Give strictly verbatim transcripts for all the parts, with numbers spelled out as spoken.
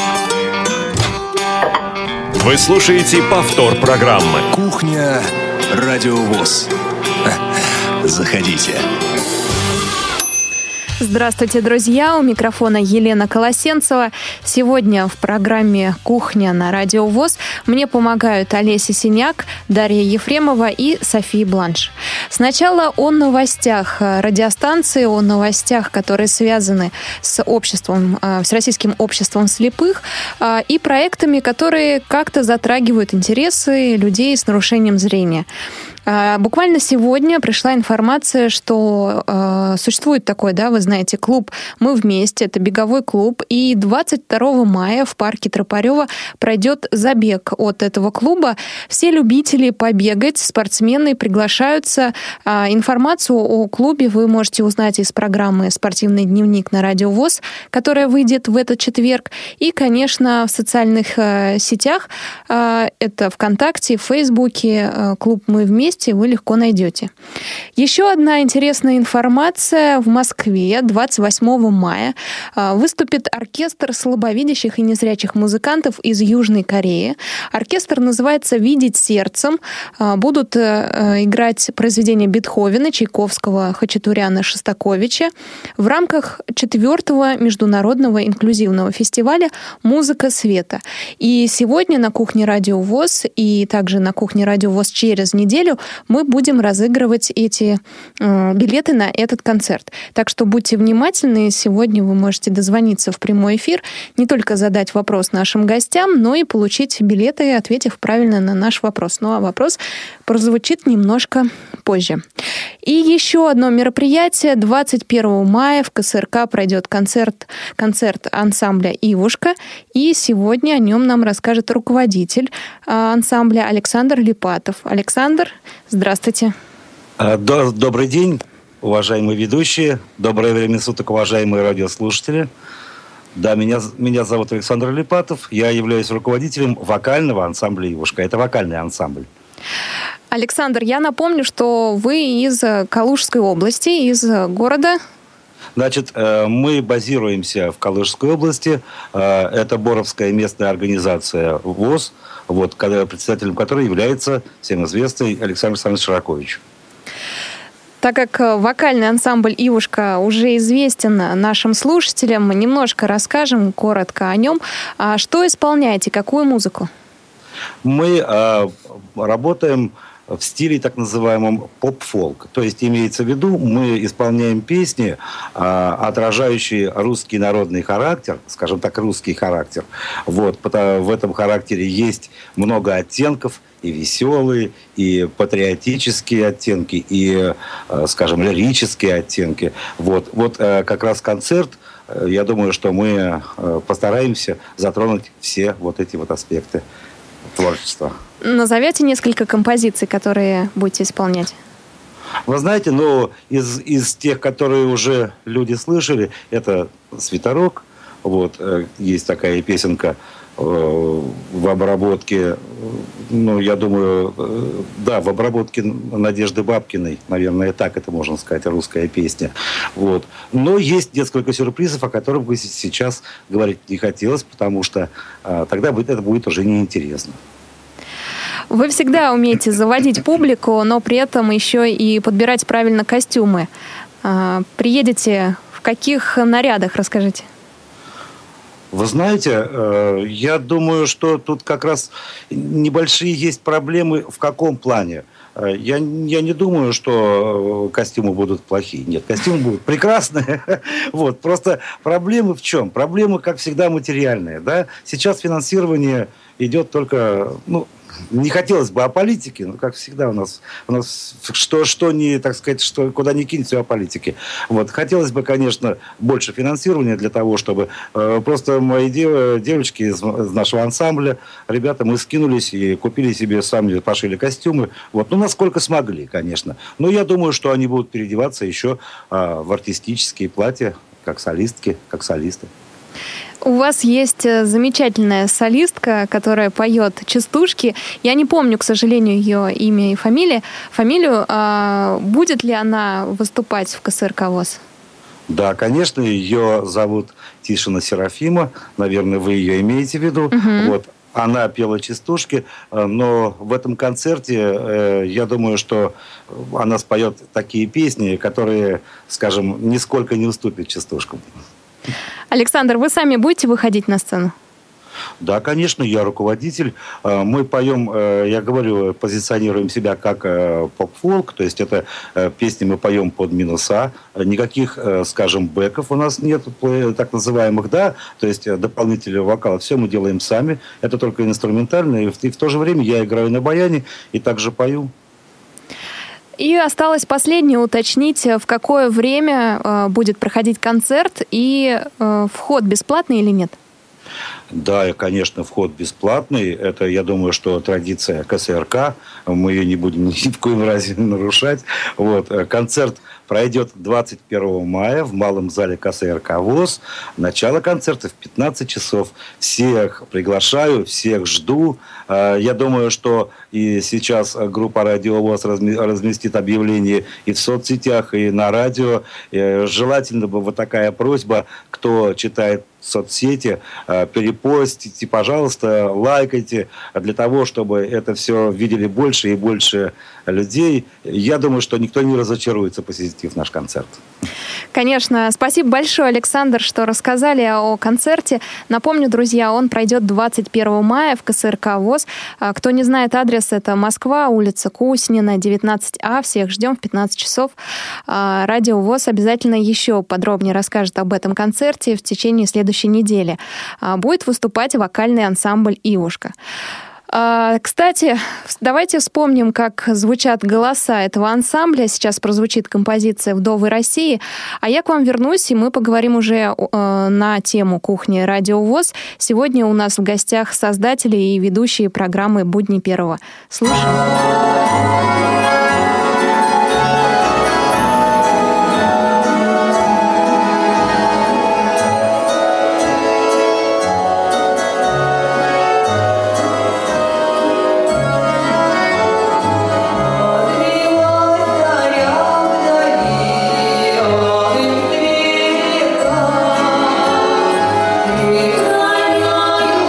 Вы слушаете повтор программы «Кухня. Радио ВОС». Заходите. Здравствуйте, друзья! У микрофона Елена Колосенцева. Сегодня в программе «Кухня» на Радио ВОС мне помогают Олеся Синяк, Дарья Ефремова и София Бланш. Сначала о новостях радиостанции, о новостях, которые связаны с обществом, Всероссийским обществом слепых и проектами, которые как-то затрагивают интересы людей с нарушением зрения. Буквально сегодня пришла информация, что э, существует такой, да, вы знаете, клуб «Мы вместе», это беговой клуб, и двадцать второго мая в парке Тропарева пройдет забег от этого клуба. Все любители побегать, спортсмены приглашаются. Э, информацию о клубе вы можете узнать из программы «Спортивный дневник» на Радио ВОС, которая выйдет в этот четверг, и, конечно, в социальных э, сетях, э, это ВКонтакте, в Фейсбуке, э, клуб «Мы вместе», вы легко найдете. Еще одна интересная информация. В Москве двадцать восьмого мая выступит оркестр слабовидящих и незрячих музыкантов из Южной Кореи. Оркестр называется «Видеть сердцем». Будут играть произведения Бетховена, Чайковского, Хачатуряна, Шостаковича в рамках четвертого международного инклюзивного фестиваля «Музыка света». И сегодня на кухне Радио ВОС и также на кухне Радио ВОС через неделю мы будем разыгрывать эти э, билеты на этот концерт. Так что будьте внимательны. Сегодня вы можете дозвониться в прямой эфир, не только задать вопрос нашим гостям, но и получить билеты, ответив правильно на наш вопрос. Ну а вопрос прозвучит немножко позже. И еще одно мероприятие. двадцать первого мая в ка эс эр ка пройдет концерт, концерт ансамбля «Ивушка». И сегодня о нем нам расскажет руководитель ансамбля Александр Липатов. Александр, здравствуйте. Добрый день, уважаемые ведущие. Доброе время суток, уважаемые радиослушатели. Да, меня, меня зовут Александр Липатов. Я являюсь руководителем вокального ансамбля «Ивушка». Это вокальный ансамбль. Александр, я напомню, что вы из Калужской области, из города... Значит, мы базируемся в Калужской области. Это Боровская местная организация ВОС, вот, председателем которой является всем известный Александр Александрович Широкович. Так как вокальный ансамбль «Ивушка» уже известен нашим слушателям, мы немножко расскажем коротко о нем. Что исполняете, какую музыку? Мы э, работаем в стиле так называемом поп-фолк. То есть имеется в виду, мы исполняем песни, э, отражающие русский народный характер, скажем так, русский характер. Вот, потому, в этом характере есть много оттенков, и веселые, и патриотические оттенки, и, э, скажем, лирические оттенки. Вот, вот э, как раз концерт, э, я думаю, что мы э, постараемся затронуть все вот эти вот аспекты творчества. Назовете несколько композиций, которые будете исполнять? Вы знаете, ну, из, из тех, которые уже люди слышали, это «Свитерок». Вот, есть такая песенка э, в обработке, ну, я думаю, э, да, в обработке Надежды Бабкиной, наверное, так это можно сказать, русская песня. Вот. Но есть несколько сюрпризов, о которых бы сейчас говорить не хотелось, потому что э, тогда это будет уже неинтересно. Вы всегда умеете заводить публику, но при этом еще и подбирать правильно костюмы. Приедете в каких нарядах, расскажите? Вы знаете, я думаю, что тут как раз небольшие есть проблемы. В каком плане? Я, я не думаю, что костюмы будут плохие. Нет, костюмы будут прекрасные. Вот. Просто проблемы в чем? Проблемы, как всегда, материальные. Да? Сейчас финансирование идет только... Ну, не хотелось бы о политике, но, как всегда, у нас, у нас что, что не, так сказать, что, куда ни кинь, все о политике. Вот. Хотелось бы, конечно, больше финансирования для того, чтобы... Э, просто мои дев, девочки из, из нашего ансамбля, ребята, мы скинулись и купили себе, сами пошили костюмы. Вот. Ну, насколько смогли, конечно. Но я думаю, что они будут переодеваться еще э, в артистические платья, как солистки, как солисты. У вас есть замечательная солистка, которая поет частушки. Я не помню, к сожалению, ее имя и фамилия. фамилию. А будет ли она выступать в ка эс эр ка ВОС? Да, конечно, ее зовут Тишина Серафима. Наверное, вы ее имеете в виду. Угу. Вот. Она пела частушки, но в этом концерте, я думаю, что она споет такие песни, которые, скажем, нисколько не уступят частушкам. Александр, вы сами будете выходить на сцену? Да, конечно, я руководитель. Мы поем, я говорю, позиционируем себя как поп-фолк, то есть это песни мы поем под минуса. Никаких, скажем, бэков у нас нет, так называемых, да, то есть дополнительного вокала. Все мы делаем сами. Это только инструментально. И в, и в то же время я играю на баяне и также пою. И осталось последнее уточнить, в какое время будет проходить концерт и вход бесплатный или нет? Да, конечно, вход бесплатный. Это, я думаю, что традиция ка эс эр ка. Мы ее не будем ни в коем разе нарушать. Вот. Концерт пройдет двадцать первого мая в малом зале ка эс эр ка ВОС. Начало концерта в пятнадцать часов. Всех приглашаю, всех жду. Я думаю, что и сейчас группа «Радио ВОС» разместит объявление и в соцсетях, и на радио. Желательно бы вот такая просьба, кто читает соцсети, перепостите, пожалуйста, лайкайте, для того, чтобы это все видели больше и больше людей. Я думаю, что никто не разочаруется, посетив наш концерт. Конечно. Спасибо большое, Александр, что рассказали о концерте. Напомню, друзья, он пройдет двадцать первого мая в ка эс эр ка ВОС. Кто не знает адрес, это Москва, улица Куснина, девятнадцать А. Всех ждем в пятнадцать часов. Радио ВОС обязательно еще подробнее расскажет об этом концерте в течение следующей недели. Будет выступать вокальный ансамбль «Ивушка». Кстати, давайте вспомним, как звучат голоса этого ансамбля. Сейчас прозвучит композиция «Вдовы России». А я к вам вернусь, и мы поговорим уже на тему кухни Радио ВОС. Сегодня у нас в гостях создатели и ведущие программы «Будни первого». Слушаем.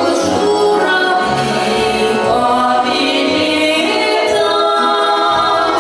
Журавли, победа.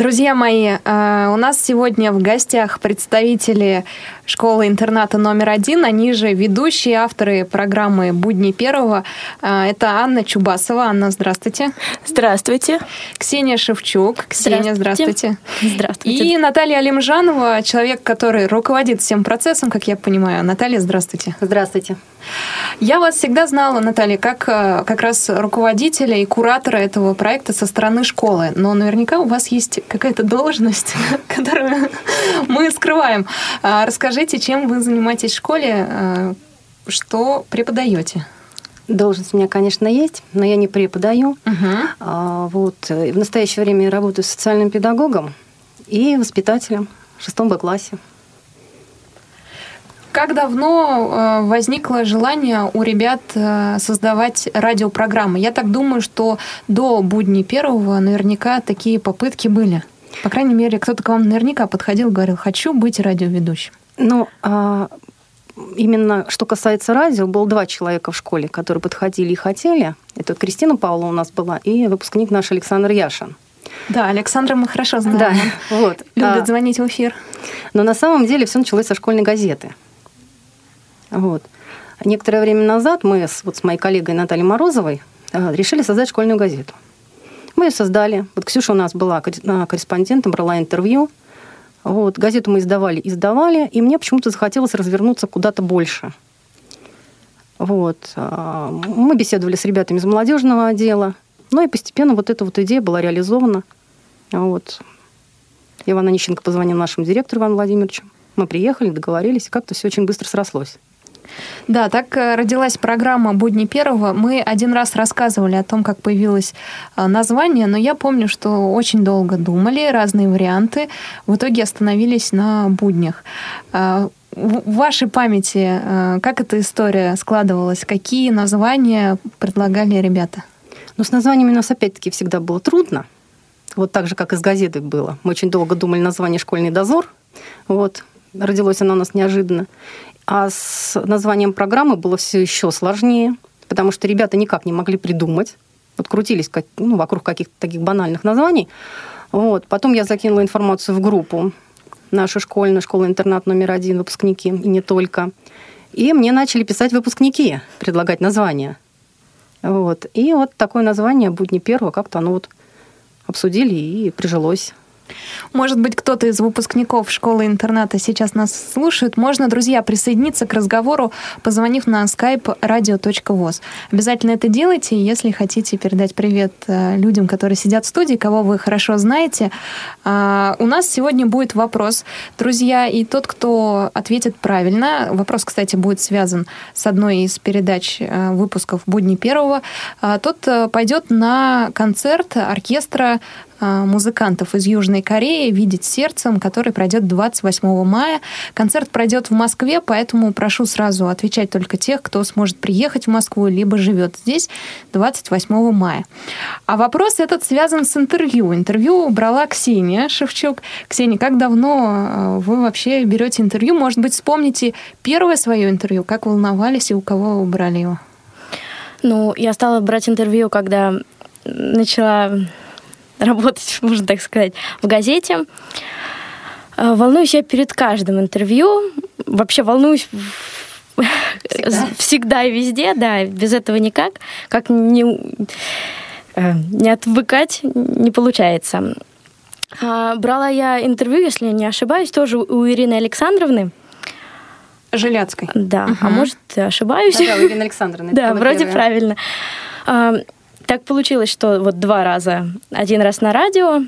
Друзья мои, у нас сегодня в гостях представители школы-интерната номер один, они же ведущие, авторы программы «Будни первого». Это Анна Чубасова. Анна, здравствуйте. Здравствуйте. Ксения Шевчук. Ксения, здравствуйте. Здравствуйте. И Наталья Алимжанова, человек, который руководит всем процессом, как я понимаю. Наталья, здравствуйте. Здравствуйте. Я вас всегда знала, Наталья, как как раз руководителя и куратора этого проекта со стороны школы. Но наверняка у вас есть какая-то должность, которую мы скрываем. Расскажите, чем вы занимаетесь в школе, что преподаете? Должность у меня, конечно, есть, но я не преподаю. Uh-huh. Вот. В настоящее время я работаю социальным педагогом и воспитателем в шестом Б классе. Как давно возникло желание у ребят создавать радиопрограммы? Я так думаю, что до «Будни первого» наверняка такие попытки были. По крайней мере, кто-то к вам наверняка подходил и говорил: «Хочу быть радиоведущим». Ну, а именно что касается радио, было два человека в школе, которые подходили и хотели. Это Кристина Павлова у нас была и выпускник наш Александр Яшин. Да, Александра мы хорошо знаем. Да, вот. Любит а, звонить в эфир. Но на самом деле все началось со школьной газеты. Вот. Некоторое время назад мы с, вот с моей коллегой Натальей Морозовой решили создать школьную газету. Мы ее создали. Вот Ксюша у нас была корреспондентом, брала интервью. Вот. Газету мы издавали, издавали, и мне почему-то захотелось развернуться куда-то больше. Вот. Мы беседовали с ребятами из молодежного отдела, ну и постепенно вот эта вот идея была реализована. Вот. Иван Онищенко позвонил нашему директору Ивану Владимировичу. Мы приехали, договорились, и как-то все очень быстро срослось. Да, так родилась программа «Будни первого». Мы один раз рассказывали о том, как появилось название, но я помню, что очень долго думали, разные варианты. В итоге остановились на «Буднях». В вашей памяти как эта история складывалась? Какие названия предлагали ребята? Ну, с названиями у нас опять-таки всегда было трудно. Вот так же, как и с газетой было. Мы очень долго думали название «Школьный дозор». Вот. Родилось оно у нас неожиданно. А с названием программы было все еще сложнее, потому что ребята никак не могли придумать. Вот крутились как, ну, вокруг каких-то таких банальных названий. Вот. Потом я закинула информацию в группу нашу школьную, школа-интернат номер один, выпускники, и не только. И мне начали писать выпускники, предлагать названия. Вот. И вот такое название «Будни первого» как-то оно вот обсудили и прижилось. Может быть, кто-то из выпускников школы-интерната сейчас нас слушает. Можно, друзья, присоединиться к разговору, позвонив на skype radio точка voz. Обязательно это делайте, если хотите передать привет людям, которые сидят в студии, кого вы хорошо знаете. У нас сегодня будет вопрос, друзья, и тот, кто ответит правильно, вопрос, кстати, будет связан с одной из передач выпусков «Будни первого», тот пойдет на концерт оркестра музыкантов из Южной Кореи «Видеть сердцем», который пройдет двадцать восьмого мая. Концерт пройдет в Москве, поэтому прошу сразу отвечать только тех, кто сможет приехать в Москву, либо живет здесь двадцать восьмого мая. А вопрос этот связан с интервью. Интервью брала Ксения Шевчук. Ксения, как давно вы вообще берете интервью? Может быть, вспомните первое свое интервью, как волновались и у кого вы брали его? Ну, я стала брать интервью, когда начала работать, можно так сказать, в газете. Волнуюсь я перед каждым интервью. Вообще волнуюсь всегда, всегда и везде, да, без этого никак. Как не, не отвыкать не получается. Брала я интервью, если я не ошибаюсь, тоже у Ирины Александровны. Жиляцкой. Да, угу. А может, ошибаюсь? Да, да, Ирина Александровна. Да, вроде правильно. Так получилось, что вот два раза. Один раз на радио,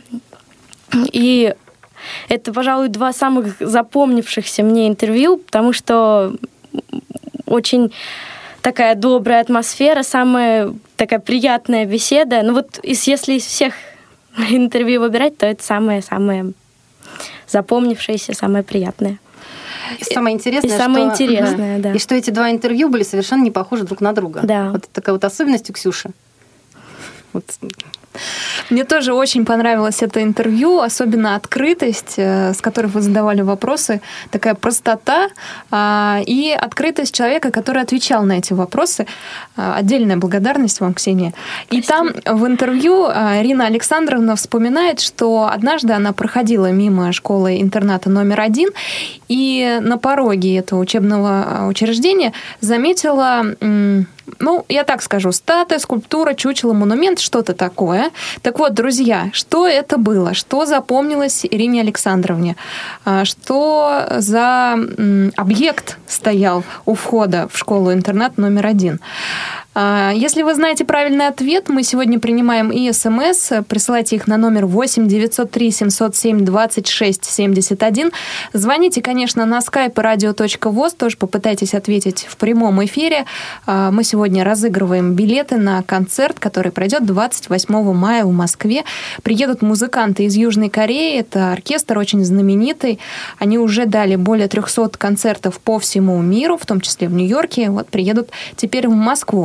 и это, пожалуй, два самых запомнившихся мне интервью, потому что очень такая добрая атмосфера, самая такая приятная беседа. Ну вот если из всех интервью выбирать, то это самое-самое запомнившееся, самое приятное. И самое интересное, и самое что, интересное, да. И что эти два интервью были совершенно не похожи друг на друга. Да. Вот такая вот особенность у Ксюши. Вот Мне тоже очень понравилось это интервью, особенно открытость, с которой вы задавали вопросы, такая простота и открытость человека, который отвечал на эти вопросы. Отдельная благодарность вам, Ксения. И там в интервью Ирина Александровна вспоминает, что однажды она проходила мимо школы-интерната номер один и на пороге этого учебного учреждения заметила, ну, я так скажу, статуя, скульптура, чучело, монумент, что-то такое. Так вот, друзья, что это было? Что запомнилось Ирине Александровне? Что за объект стоял у входа в школу-интернат номер один? Если вы знаете правильный ответ, мы сегодня принимаем и СМС. Присылайте их на номер восемь девятьсот три семьсот семь двадцать шесть семьдесят один. Звоните, конечно, на skype radio точка voz. Тоже попытайтесь ответить в прямом эфире. Мы сегодня разыгрываем билеты на концерт, который пройдет двадцать восьмого мая в Москве. Приедут музыканты из Южной Кореи. Это оркестр очень знаменитый. Они уже дали более трехсот концертов по всему миру, в том числе в Нью-Йорке. Вот приедут теперь в Москву.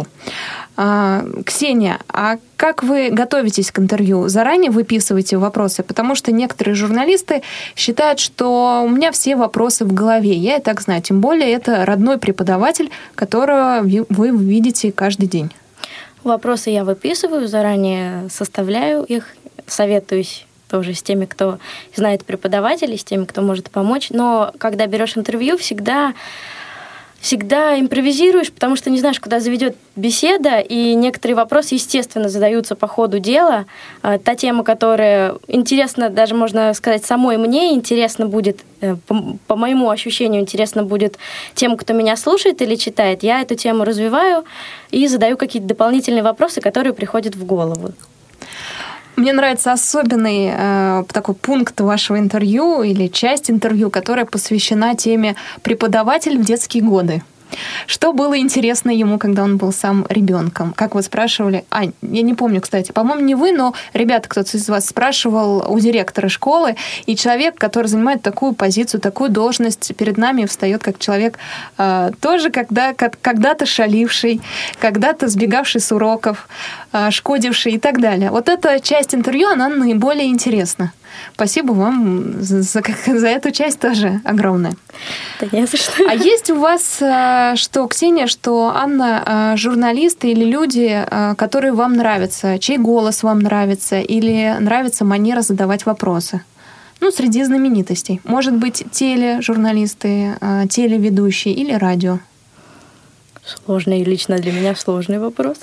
Ксения, а как вы готовитесь к интервью? Заранее выписываете вопросы? Потому что некоторые журналисты считают, что у меня все вопросы в голове. Я и так знаю. Тем более это родной преподаватель, которого вы видите каждый день. Вопросы я выписываю, заранее составляю их, советуюсь тоже с теми, кто знает преподавателей, с теми, кто может помочь. Но когда берешь интервью, всегда... Всегда импровизируешь, потому что не знаешь, куда заведет беседа, и некоторые вопросы, естественно, задаются по ходу дела. Та тема, которая интересна, даже можно сказать, самой мне интересно будет, по, по моему ощущению, интересно будет тем, кто меня слушает или читает. Я эту тему развиваю и задаю какие-то дополнительные вопросы, которые приходят в голову. Мне нравится особенный э, такой пункт вашего интервью или часть интервью, которая посвящена теме «Преподаватель в детские годы». Что было интересно ему, когда он был сам ребенком? Как вы спрашивали? А, я не помню, кстати. По-моему, не вы, но ребята, кто-то из вас спрашивал у директора школы, и человек, который занимает такую позицию, такую должность, перед нами встает как человек э, тоже когда, как, когда-то шаливший, когда-то сбегавший с уроков, э, шкодивший и так далее. Вот эта часть интервью, она наиболее интересна. Спасибо вам за, за, за эту часть тоже огромное. Да не за что. А есть у вас что, Ксения, что Анна, журналисты или люди, которые вам нравятся, чей голос вам нравится или нравится манера задавать вопросы? Ну, среди знаменитостей. Может быть, тележурналисты, телеведущие или радио? Сложный, лично для меня сложный вопрос.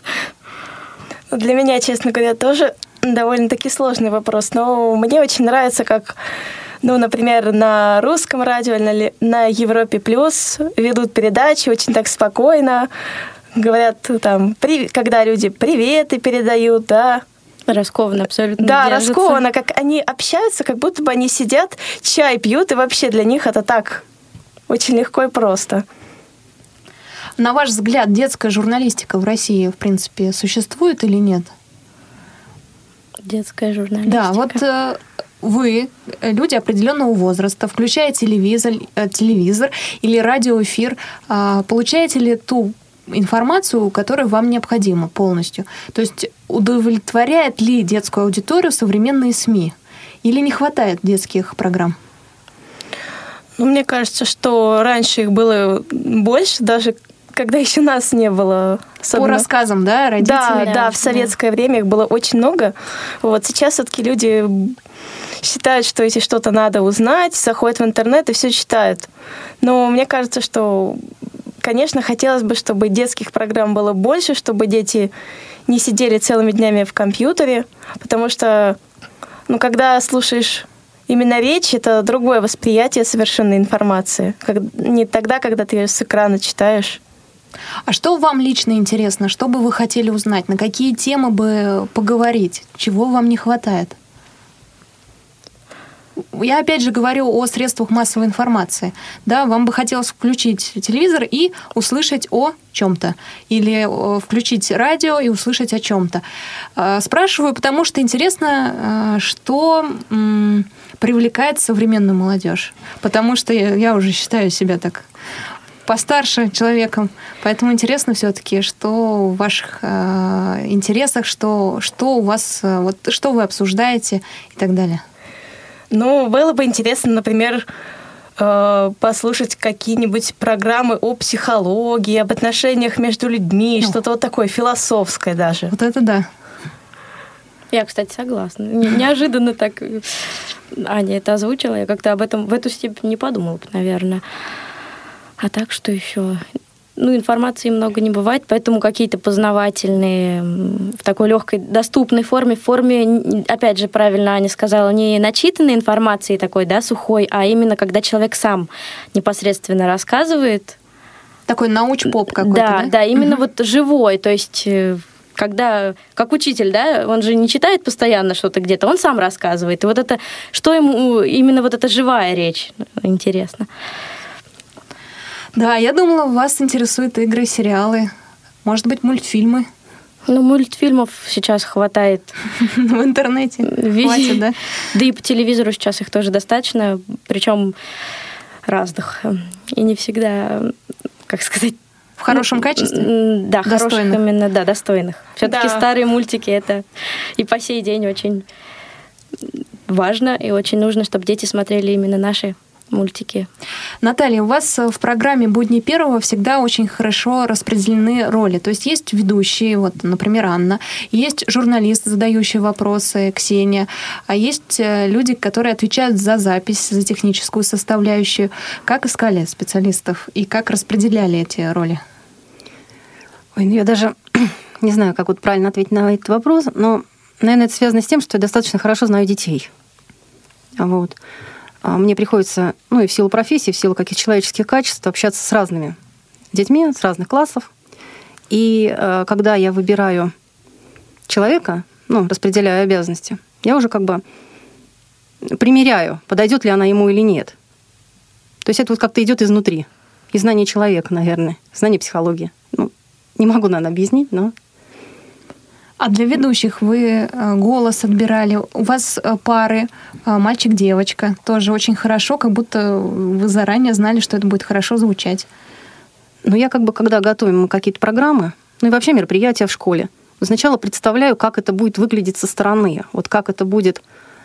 Для меня, честно говоря, тоже довольно-таки сложный вопрос, но мне очень нравится, как, ну, например, на русском радио, на, на Европе Плюс ведут передачи очень так спокойно, говорят там, при, когда люди приветы передают, да. Раскованно абсолютно. Да, держатся. раскованно, как они общаются, как будто бы они сидят, чай пьют, и вообще для них это так очень легко и просто. На ваш взгляд, детская журналистика в России, в принципе, существует или нет? Детская журналистика. Да, вот э, вы, люди определенного возраста, включая телевизор, э, телевизор или радиоэфир, э, получаете ли ту информацию, которая вам необходима полностью? То есть удовлетворяет ли детскую аудиторию современные СМИ? Или не хватает детских программ? Ну, мне кажется, что раньше их было больше, даже когда еще нас не было. Особенно. По рассказам, да, родителей? Да, да, в советское да. время их было очень много. Вот сейчас все-таки люди считают, что если что-то надо узнать, заходят в интернет и все читают. Но мне кажется, что, конечно, хотелось бы, чтобы детских программ было больше, чтобы дети не сидели целыми днями в компьютере, потому что, ну, когда слушаешь именно речь, это другое восприятие совершенно информации. Как, не тогда, когда ты ее с экрана читаешь. А что вам лично интересно? Что бы вы хотели узнать? На какие темы бы поговорить? Чего вам не хватает? Я опять же говорю о средствах массовой информации. Да, вам бы хотелось включить телевизор и услышать о чем-то. Или включить радио и услышать о чем-то. Спрашиваю, потому что интересно, что привлекает современную молодежь. Потому что я уже считаю себя так постарше человеком, поэтому интересно все-таки, что в ваших э, интересах, что, что у вас, э, вот, что вы обсуждаете и так далее. Ну, было бы интересно, например, послушать какие-нибудь программы о психологии, об отношениях между людьми, ну, что-то вот такое философское даже. Вот это да. Я, кстати, согласна. Неожиданно так Аня это озвучила. Я как-то об этом в эту степень не подумала, наверное. А так, что еще? Ну, информации много не бывает, поэтому какие-то познавательные в такой легкой, доступной форме, в форме, опять же, правильно Аня сказала, не начитанной информации такой, да, сухой, а именно когда человек сам непосредственно рассказывает. Такой науч-поп какой-то, да? Да, да, именно угу. вот живой, то есть когда, как учитель, да, он же не читает постоянно что-то где-то, он сам рассказывает. И вот это, что ему, именно вот эта живая речь, интересно. Да, я думала, вас интересуют игры, сериалы, может быть, мультфильмы. Ну, мультфильмов сейчас хватает. В интернете хватит, да? Да и по телевизору сейчас их тоже достаточно, причем разных. И не всегда, как сказать... В хорошем качестве? Да, хороших именно, да, достойных. Все-таки старые мультики, это и по сей день очень важно, и очень нужно, чтобы дети смотрели именно наши мультики. Наталья, у вас в программе «Будни первого» всегда очень хорошо распределены роли. То есть есть ведущие, вот, например, Анна, есть журналист, задающий вопросы, Ксения, а есть люди, которые отвечают за запись, за техническую составляющую. Как искали специалистов и как распределяли эти роли? Ой, ну я даже не знаю, как вот правильно ответить на этот вопрос, но, наверное, это связано с тем, что я достаточно хорошо знаю детей. Вот. Мне приходится, ну и в силу профессии, в силу каких-то человеческих качеств, общаться с разными детьми, с разных классов. И э, когда я выбираю человека, ну, распределяю обязанности, я уже как бы примеряю, подойдет ли она ему или нет. То есть это вот как-то идет изнутри. Из знания человека, наверное, знания психологии. Ну, не могу, наверное, объяснить, но... А для ведущих вы голос отбирали. У вас пары мальчик-девочка. Тоже очень хорошо, как будто вы заранее знали, что это будет хорошо звучать. Ну, я как бы, когда готовим какие-то программы, ну и вообще мероприятия в школе, сначала представляю, как это будет выглядеть со стороны. Вот как это будет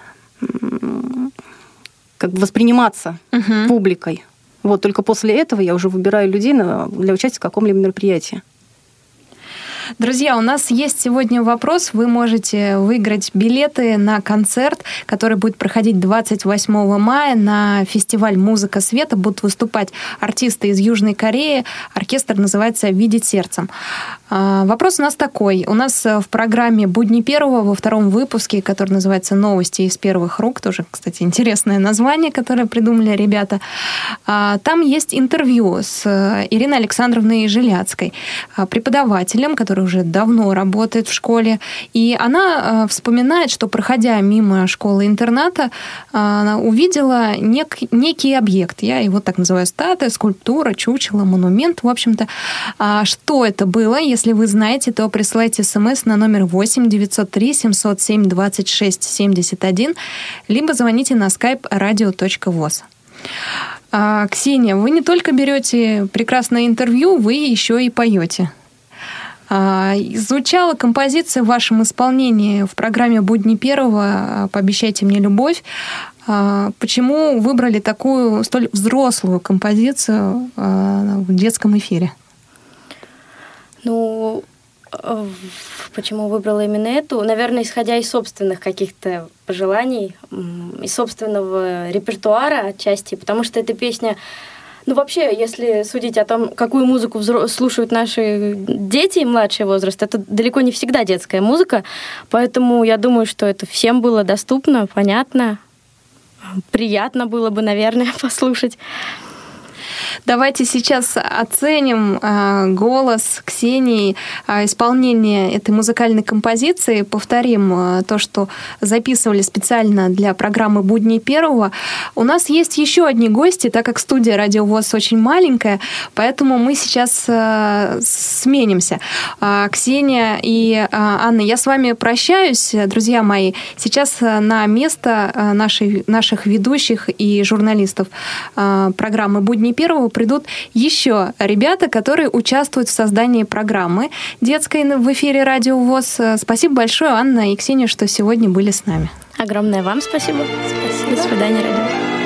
как бы восприниматься uh-huh. публикой. Вот только после этого я уже выбираю людей для участия в каком-либо мероприятии. Друзья, у нас есть сегодня вопрос. Вы можете выиграть билеты на концерт, который будет проходить двадцать восьмого мая на фестиваль «Музыка света». Будут выступать артисты из Южной Кореи. Оркестр называется «Видеть сердцем». Вопрос у нас такой. У нас в программе «Будни первого» во втором выпуске, который называется «Новости из первых рук», тоже, кстати, интересное название, которое придумали ребята, там есть интервью с Ириной Александровной Жиляцкой, преподавателем, который уже давно работает в школе. И она э, вспоминает, что, проходя мимо школы-интерната, э, увидела нек- некий объект. Я его так называю: статуя, скульптура, чучело, монумент, в общем-то. А что это было? Если вы знаете, то присылайте смс на номер восемь девятьсот три семьсот семь двадцать шесть семьдесят один, либо звоните на skype radio точка voz. А, Ксения, вы не только берете прекрасное интервью, вы еще и поете. Звучала композиция в вашем исполнении в программе «Будни первого» «Пообещайте мне любовь». Почему выбрали такую столь взрослую композицию в детском эфире? Ну, почему выбрала именно эту? Наверное, исходя из собственных каких-то пожеланий, из собственного репертуара отчасти, потому что эта песня... Ну, вообще, если судить о том, какую музыку взро- слушают наши дети и младший возраст, это далеко не всегда детская музыка, поэтому я думаю, что это всем было доступно, понятно, приятно было бы, наверное, послушать. Давайте сейчас оценим э, голос Ксении, э, исполнение этой музыкальной композиции. Повторим э, то, что записывали специально для программы «Будни первого». У нас есть еще одни гости, так как студия «Радио ВОС» очень маленькая, поэтому мы сейчас э, сменимся. Э, Ксения и э, Анна, я с вами прощаюсь, друзья мои. Сейчас на место нашей, наших ведущих и журналистов э, программы «Будни первого» первого придут еще ребята, которые участвуют в создании программы детской в эфире Радио ВОС. Спасибо большое, Анна и Ксения, что сегодня были с нами. Огромное вам спасибо. Спасибо. До свидания, радио.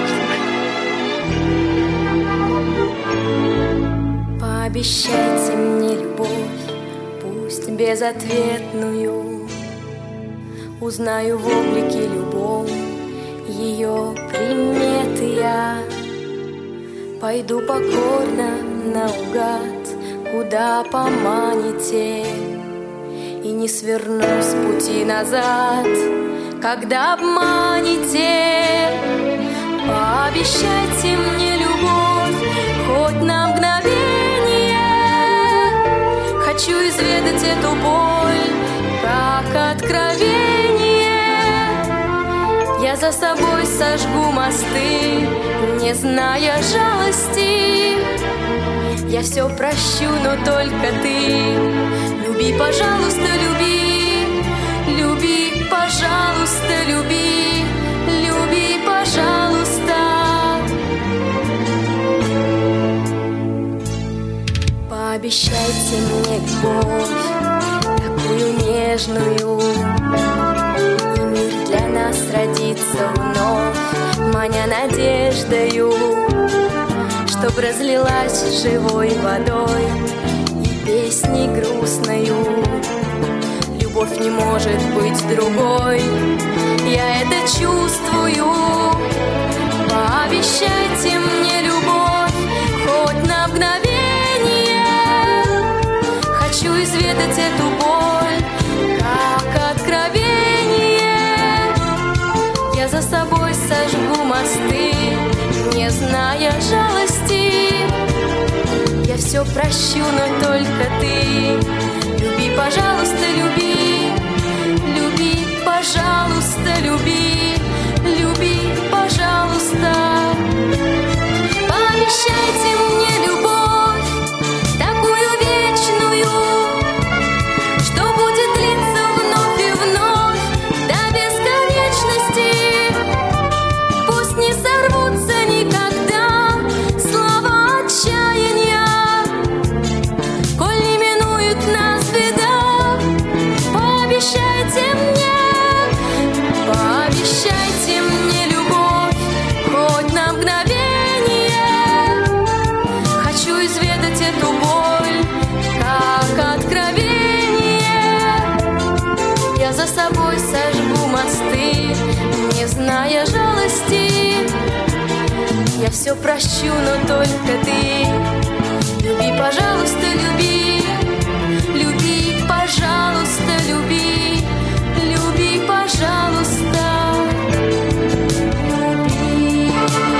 Пообещайте мне любовь, пусть безответную. Узнаю в облике любом ее приметы я. Пойду покорно наугад, куда поманите, и не сверну с пути назад, когда обманете. Пообещайте мне любовь, хоть на мгновение. Хочу изведать эту боль, как откровение. Я за собой сожгу мосты, не зная жалости. Я все прощу, но только ты. Люби, пожалуйста, люби. Люби, пожалуйста, люби. Люби, пожалуйста. Пообещайте мне любовь, такую нежную, и мир для нас родится вновь, маня надеждою, чтоб разлилась живой водой и песней грустною. Любовь не может быть другой, я это чувствую. Пообещайте мне любовь, хоть на мгновение. Хочу изведать эту боль, как откровение. Я за собой сожгу мосты, не зная жалости. Я все прощу, но только ты. Люби, пожалуйста, люби. Люби, пожалуйста, люби. Люби, пожалуйста. Пообещайте мне любовь, такую вечную, что будет длиться вновь и вновь до бесконечности. Пусть не сорвутся никогда слова отчаяния, коль не минует нас беда. Пообещайте мне, пообещайте мне любовь, хоть на мгновение. Хочу изведать эту боль, как откровение. Я за собой сожгу мосты, не зная жалости. Я все прощу, но только ты. Люби, пожалуйста, люби. Люби, пожалуйста, люби. Люби, пожалуйста, люби.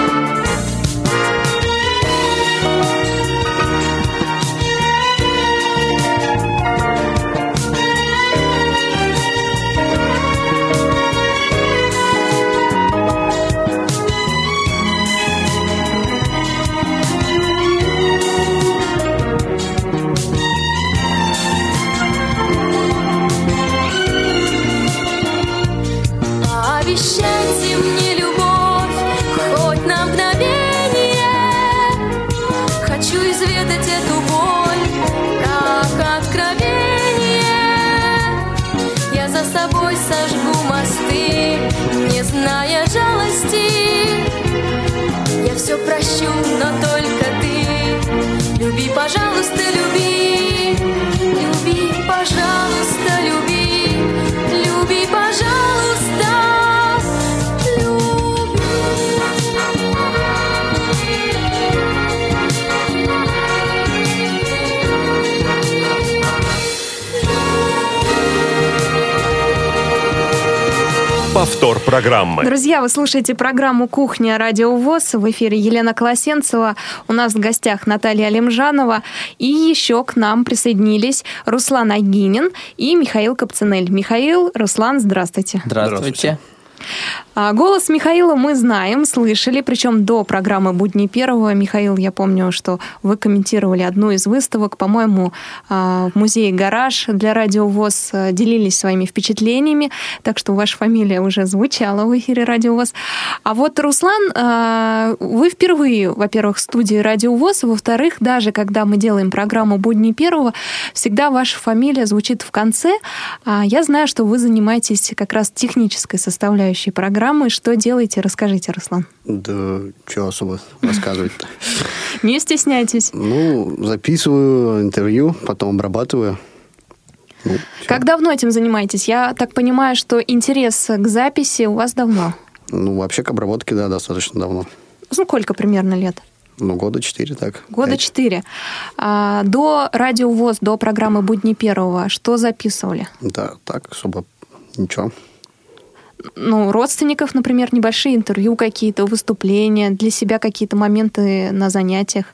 Обещайте мне любовь, хоть на мгновение. Хочу изведать эту боль, как откровение. Я за собой сожгу мосты, не зная жалости. Я все прощу, но только ты. Люби, пожалуйста, люби. Люби, пожалуйста, люби. Люби, пожалуйста. Повтор программы. Друзья, вы слушаете программу «Кухня. Радио ВОС». В эфире Елена Колосенцева. У нас в гостях Наталья Алимжанова. И еще к нам присоединились Руслан Агинин и Михаил Капцинель. Михаил, Руслан, здравствуйте. Здравствуйте. Голос Михаила мы знаем, слышали, причем до программы «Будни первого». Михаил, я помню, что вы комментировали одну из выставок, по-моему, в музее «Гараж» для Радио ВОС, делились своими впечатлениями, так что ваша фамилия уже звучала в эфире Радио ВОС. А вот, Руслан, вы впервые, во-первых, в студии Радио ВОС, а во-вторых, даже когда мы делаем программу «Будни первого», всегда ваша фамилия звучит в конце. Я знаю, что вы занимаетесь как раз технической составляющей программы. Что делаете? Расскажите, Руслан. Да, что особо рассказывать-то? Не стесняйтесь. Ну, записываю интервью, потом обрабатываю. Ну, как давно этим занимаетесь? Я так понимаю, что интерес к записи у вас давно. Ну, вообще к обработке, да, достаточно давно. Ну, сколько примерно лет? Ну, года четыре, так. Года четыре. А, до Радио ВОС, до программы «Будни первого» что записывали? Да, так, особо ничего. Ну, родственников, например, небольшие интервью какие-то, выступления, для себя какие-то моменты на занятиях?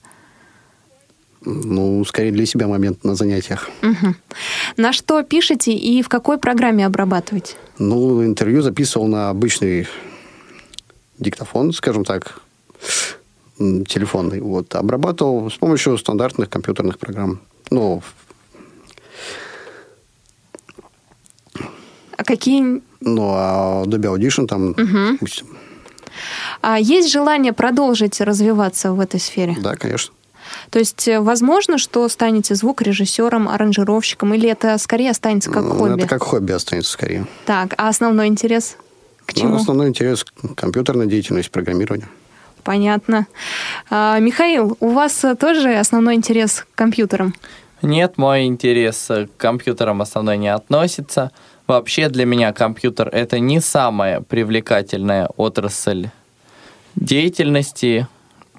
Ну, скорее для себя момент на занятиях. Угу. На что пишете и в какой программе обрабатываете? Ну, интервью записывал на обычный диктофон, скажем так, телефонный. Вот. Обрабатывал с помощью стандартных компьютерных программ. Ну, а какие... Ну, а Adobe Audition там, угу. допустим. А есть желание продолжить развиваться в этой сфере? Да, конечно. То есть, возможно, что станете звукорежиссером, аранжировщиком, или это скорее останется как ну, хобби? Это как хобби останется скорее. Так, а основной интерес к чему? Ну, основной интерес – компьютерная деятельность, программирование. Понятно. А, Михаил, у вас тоже основной интерес к компьютерам? Нет, мой интерес к компьютерам основной не относится. Вообще для меня компьютер – это не самая привлекательная отрасль деятельности,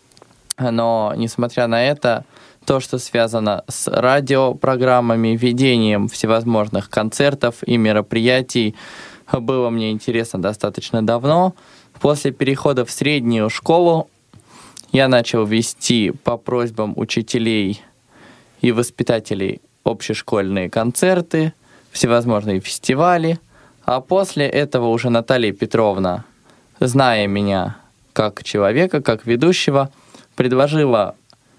но, несмотря на это, то, что связано с радиопрограммами, ведением всевозможных концертов и мероприятий, было мне интересно достаточно давно. После перехода в среднюю школу я начал вести по просьбам учителей и воспитателей общешкольные концерты, всевозможные фестивали, а после этого уже Наталья Петровна, зная меня как человека, как ведущего, предложила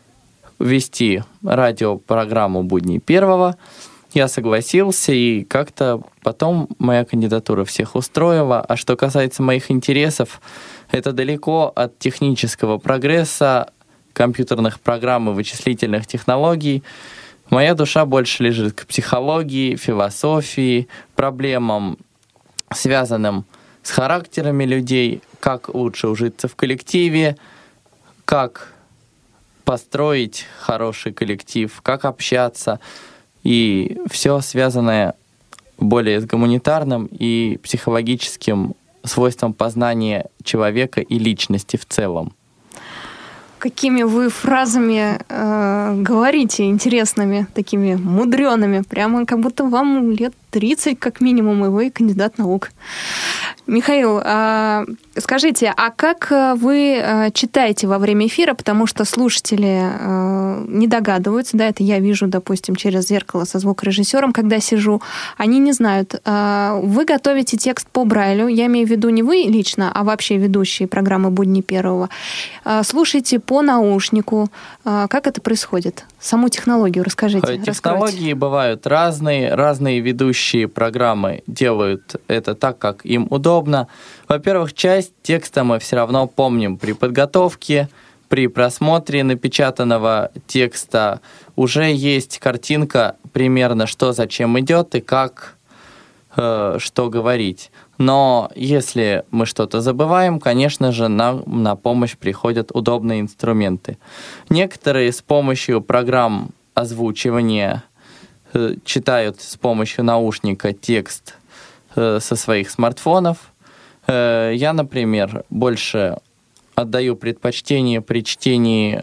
вести радиопрограмму «Будни первого». Я согласился, и как-то потом моя кандидатура всех устроила. А что касается моих интересов, это далеко от технического прогресса, компьютерных программ и вычислительных технологий. Моя душа больше лежит к психологии, философии, проблемам, связанным с характерами людей, как лучше ужиться в коллективе, как построить хороший коллектив, как общаться, и все связанное более с гуманитарным и психологическим свойством познания человека и личности в целом. Какими вы фразами э, говорите интересными, такими мудреными, прямо как будто вам лет тридцать как минимум, и вы кандидат наук. Михаил, а, скажите, а как вы читаете во время эфира, потому что слушатели а, не догадываются, да, это я вижу, допустим, через зеркало со звукорежиссером, когда сижу, они не знают. А, вы готовите текст по Брайлю, я имею в виду не вы лично, а вообще ведущие программы «Будни первого». А, слушаете по наушнику. А, как это происходит? Саму технологию расскажите. Технологии раскройте. Бывают разные, разные ведущие программы делают это так, как им удобно. Во-первых, часть текста мы все равно помним при подготовке, при просмотре напечатанного текста уже есть картинка примерно, что зачем идет и как, э, что говорить. Но если мы что-то забываем, конечно же, нам на помощь приходят удобные инструменты. Некоторые с помощью программ озвучивания э, читают с помощью наушника текст э, со своих смартфонов. Э, я, например, больше отдаю предпочтение при чтении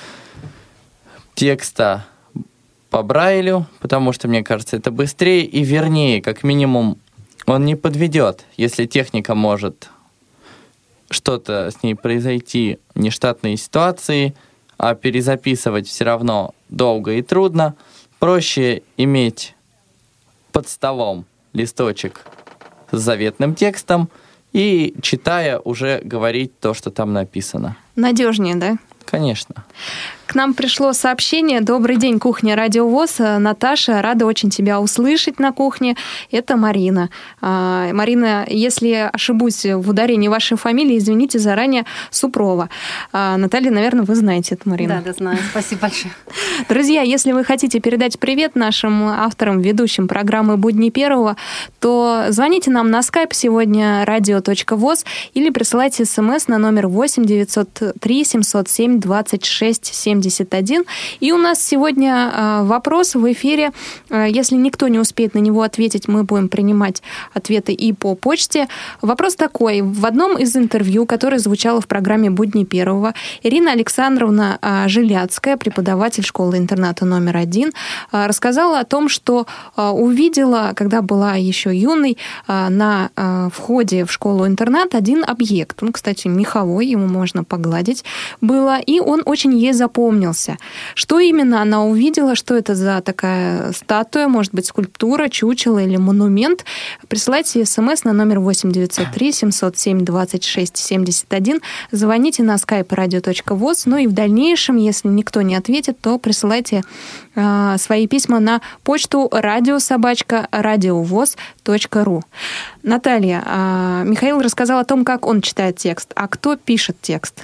текста по Брайлю, потому что, мне кажется, это быстрее и вернее, как минимум, он не подведет, если техника может что-то с ней произойти, нештатные ситуации, а перезаписывать все равно долго и трудно. Проще иметь под столом листочек с заветным текстом и, читая, уже говорить то, что там написано. Надежнее, да? Конечно. К нам пришло сообщение. Добрый день, кухня Радио ВОС. Наташа, рада очень тебя услышать на кухне. Это Марина. А, Марина, если ошибусь в ударении вашей фамилии, извините заранее, Супрова. А, Наталья, наверное, вы знаете эту Марину. Да, да, знаю. Спасибо большое. Друзья, если вы хотите передать привет нашим авторам, ведущим программы «Будни первого», то звоните нам на скайп сегодня радио точка воз или присылайте смс на номер восемь девятьсот три семьсот семь двадцать шесть семьдесят один. И у нас сегодня вопрос в эфире. Если никто не успеет на него ответить, мы будем принимать ответы и по почте. Вопрос такой. В одном из интервью, которое звучало в программе «Будни первого», Ирина Александровна Жиляцкая, преподаватель школы-интерната номер один, рассказала о том, что увидела, когда была еще юной, на входе в школу-интернат один объект. Он, кстати, меховой, ему можно погладить было, и он очень ей запомнился. Что именно она увидела, что это за такая статуя, может быть, скульптура, чучело или монумент? Присылайте смс на номер восемь девятьсот три семьсот семь двадцать шесть семьдесят один, звоните на скайп радио точка воз, ну и в дальнейшем, если никто не ответит, то присылайте э, свои письма на почту радиособачка радиовоз точка ру. Наталья, э, Михаил рассказал о том, как он читает текст, а кто пишет текст?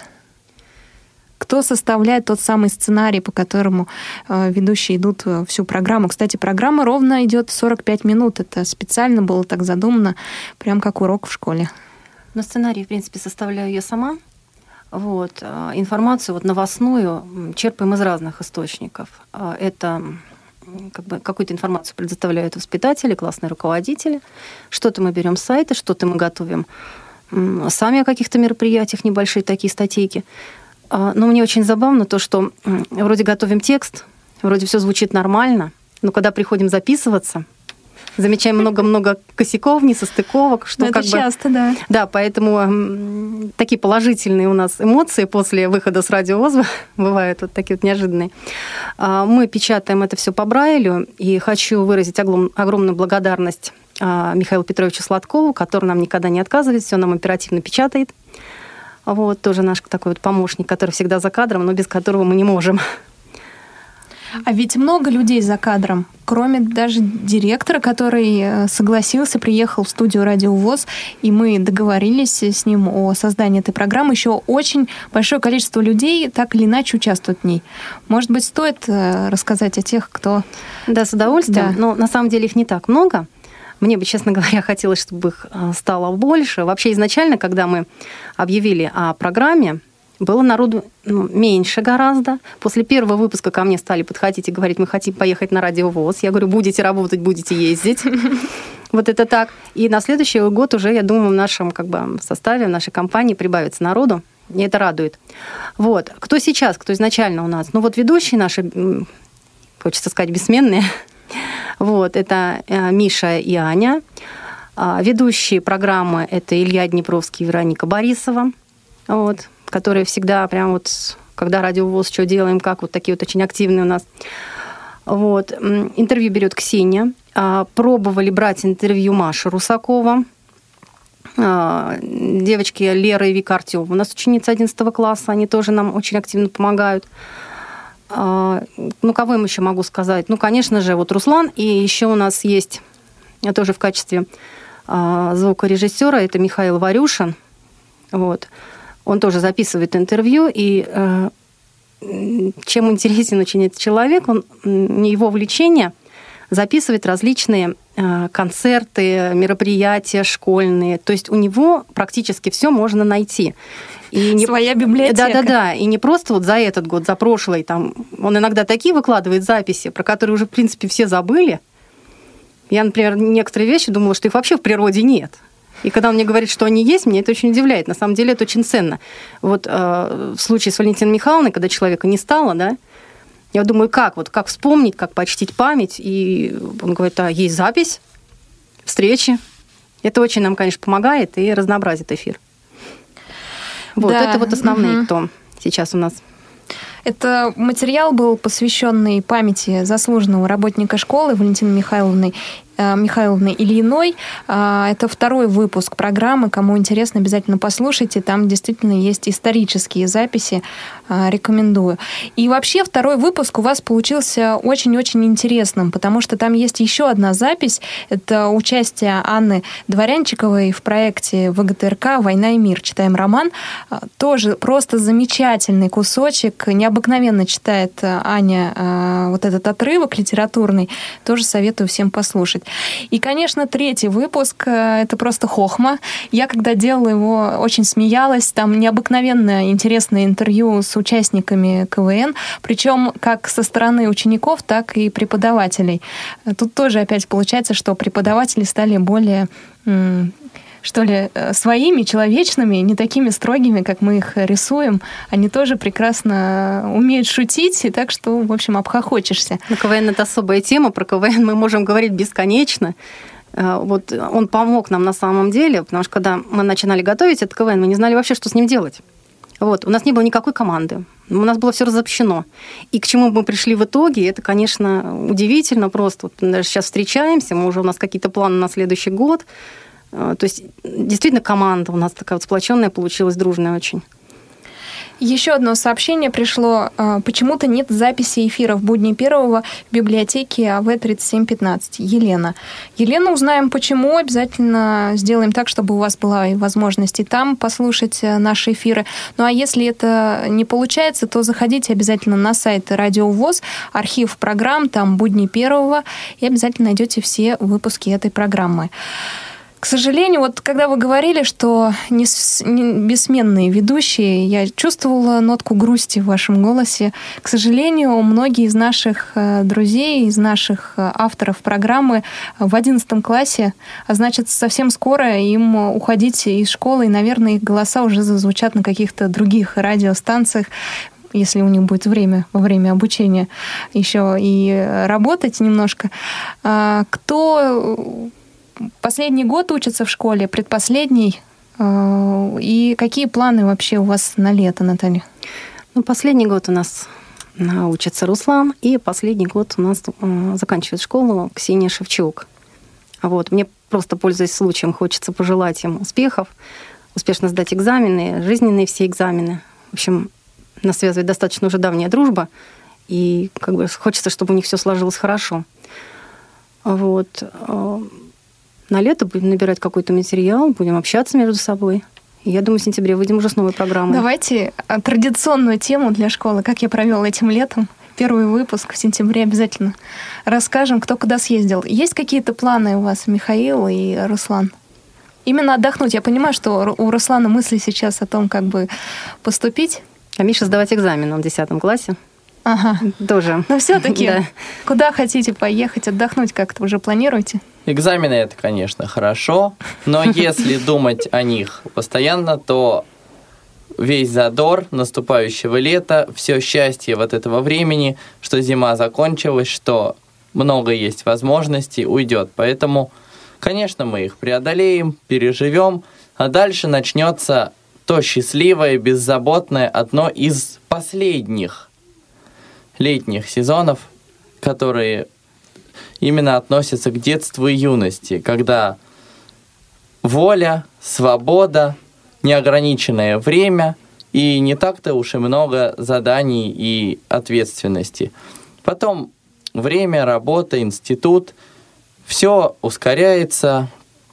Кто составляет тот самый сценарий, по которому э, ведущие идут всю программу? Кстати, программа ровно идет сорок пять минут. Это специально было так задумано, прям как урок в школе. Но сценарий, в принципе, составляю я сама. Вот. Информацию вот новостную черпаем из разных источников. Это как бы, какую-то информацию предоставляют воспитатели, классные руководители. Что-то мы берем с сайта, что-то мы готовим сами о каких-то мероприятиях, небольшие такие статейки. Но мне очень забавно то, что вроде готовим текст, вроде все звучит нормально, но когда приходим записываться, замечаем много-много косяков, несостыковок. Что это как часто, бы... да. Да, поэтому такие положительные у нас эмоции после выхода с Радио ВОС бывают вот такие вот неожиданные. Мы печатаем это все по Брайлю, и хочу выразить огромную благодарность Михаилу Петровичу Сладкову, который нам никогда не отказывает, все нам оперативно печатает. Вот, тоже наш такой вот помощник, который всегда за кадром, но без которого мы не можем. А ведь много людей за кадром, кроме даже директора, который согласился, приехал в студию Радио ВОС, и мы договорились с ним о создании этой программы. Еще очень большое количество людей так или иначе участвует в ней. Может быть, стоит рассказать о тех, кто... Да, с удовольствием, да. Но на самом деле их не так много. Мне бы, честно говоря, хотелось, чтобы их стало больше. Вообще изначально, когда мы объявили о программе, было народу ну, меньше гораздо. После первого выпуска ко мне стали подходить и говорить, мы хотим поехать на Радио ВОС. Я говорю, будете работать, будете ездить. Вот это так. И на следующий год уже, я думаю, в нашем как бы, составе, в нашей компании прибавится народу. И это радует. Вот. Кто сейчас, кто изначально у нас? Ну вот ведущие наши, хочется сказать, бессменные. Вот, это Миша и Аня. Ведущие программы – это Илья Днепровский и Вероника Борисова, вот, которые всегда прям вот, когда Радио ВОС, что делаем, как, вот такие вот очень активные у нас. Вот. Интервью берет Ксения. Пробовали брать интервью Маша Русакова. Девочки Лера и Вика Артёмова. У нас ученицы одиннадцатого класса, они тоже нам очень активно помогают. Ну, кого им еще могу сказать? Ну, конечно же, вот Руслан, и еще у нас есть тоже в качестве звукорежиссера, это Михаил Варюшин. Вот. Он тоже записывает интервью, и чем интересен очень этот человек, он, его увлечение записывать различные концерты, мероприятия школьные. То есть у него практически все можно найти. И не... Своя библиотека. Да-да-да. И не просто вот за этот год, за прошлый. Там, он иногда такие выкладывает записи, про которые уже, в принципе, все забыли. Я, например, некоторые вещи думала, что их вообще в природе нет. И когда он мне говорит, что они есть, меня это очень удивляет. На самом деле это очень ценно. Вот э, в случае с Валентиной Михайловной, когда человека не стало, да, я думаю, как, вот, как вспомнить, как почтить память. И он говорит, а есть запись, встречи. Это очень нам, конечно, помогает и разнообразит эфир. Вот, да. Это вот основные, угу. кто сейчас у нас. Это материал был посвященный памяти заслуженного работника школы Валентины Михайловны. Михайловны Ильиной. Это второй выпуск программы. Кому интересно, обязательно послушайте. Там действительно есть исторические записи. Рекомендую. И вообще второй выпуск у вас получился очень-очень интересным, потому что там есть еще одна запись. Это участие Анны Дворянчиковой в проекте ВГТРК «Война и мир». Читаем роман. Тоже просто замечательный кусочек. Необыкновенно читает Аня вот этот отрывок литературный. Тоже советую всем послушать. И, конечно, третий выпуск — это просто хохма. Я, когда делала его, очень смеялась. Там необыкновенно интересное интервью с участниками КВН, причем как со стороны учеников, так и преподавателей. Тут тоже опять получается, что преподаватели стали более, что ли, своими, человечными, не такими строгими, как мы их рисуем. Они тоже прекрасно умеют шутить, и так что, в общем, обхохочешься. Ну, КВН — это особая тема, про КВН мы можем говорить бесконечно. Вот он помог нам на самом деле, потому что когда мы начинали готовить этот КВН, мы не знали вообще, что с ним делать. Вот. У нас не было никакой команды. У нас было все разобщено. И к чему мы пришли в итоге, это, конечно, удивительно просто. Вот мы даже сейчас встречаемся, мы уже, у нас какие-то планы на следующий год. То есть, действительно, команда у нас такая вот сплоченная получилась, дружная очень. Еще одно сообщение пришло. Почему-то нет записи эфиров будни первого в библиотеке АВ тридцать семь пятнадцать. Елена. Елена, узнаем почему. Обязательно сделаем так, чтобы у вас была и возможность и там послушать наши эфиры. Ну а если это не получается, то заходите обязательно на сайт Радио ВОС, архив программ, там будни первого, и обязательно найдете все выпуски этой программы. К сожалению, вот когда вы говорили, что не, не бессменные ведущие, я чувствовала нотку грусти в вашем голосе. К сожалению, многие из наших друзей, из наших авторов программы в одиннадцатом классе, а значит, совсем скоро им уходить из школы, и, наверное, их голоса уже зазвучат на каких-то других радиостанциях, если у них будет время во время обучения еще и работать немножко. Кто последний год учится в школе, предпоследний? И какие планы вообще у вас на лето, Наталья? Ну, последний год у нас учится Руслан, и последний год у нас заканчивает школу Ксения Шевчук. Вот. Мне просто, пользуясь случаем, хочется пожелать им успехов, успешно сдать экзамены, жизненные все экзамены. В общем, нас связывает достаточно уже давняя дружба, и как бы хочется, чтобы у них все сложилось хорошо. Вот. На лето будем набирать какой-то материал, будем общаться между собой. И я думаю, в сентябре выйдем уже с новой программой. Давайте традиционную тему для школы, как я провел этим летом. Первый выпуск в сентябре обязательно расскажем, кто куда съездил. Есть какие-то планы у вас, Михаил и Руслан? Именно отдохнуть. Я понимаю, что у Руслана мысли сейчас о том, как бы поступить. А Миша сдавать экзамен, он в десятом классе. Ага. Тоже. Но все-таки да. Куда хотите поехать, отдохнуть, как-то уже планируете? Экзамены — это, конечно, хорошо, но если думать о них постоянно, то весь задор наступающего лета, все счастье вот этого времени, что зима закончилась, что много есть возможностей, уйдет. Поэтому, конечно, мы их преодолеем, переживем, а дальше начнется то счастливое, беззаботное, одно из последних летних сезонов, которые именно относятся к детству и юности, когда воля, свобода, неограниченное время и не так-то уж и много заданий и ответственности. Потом время, работа, институт, все ускоряется,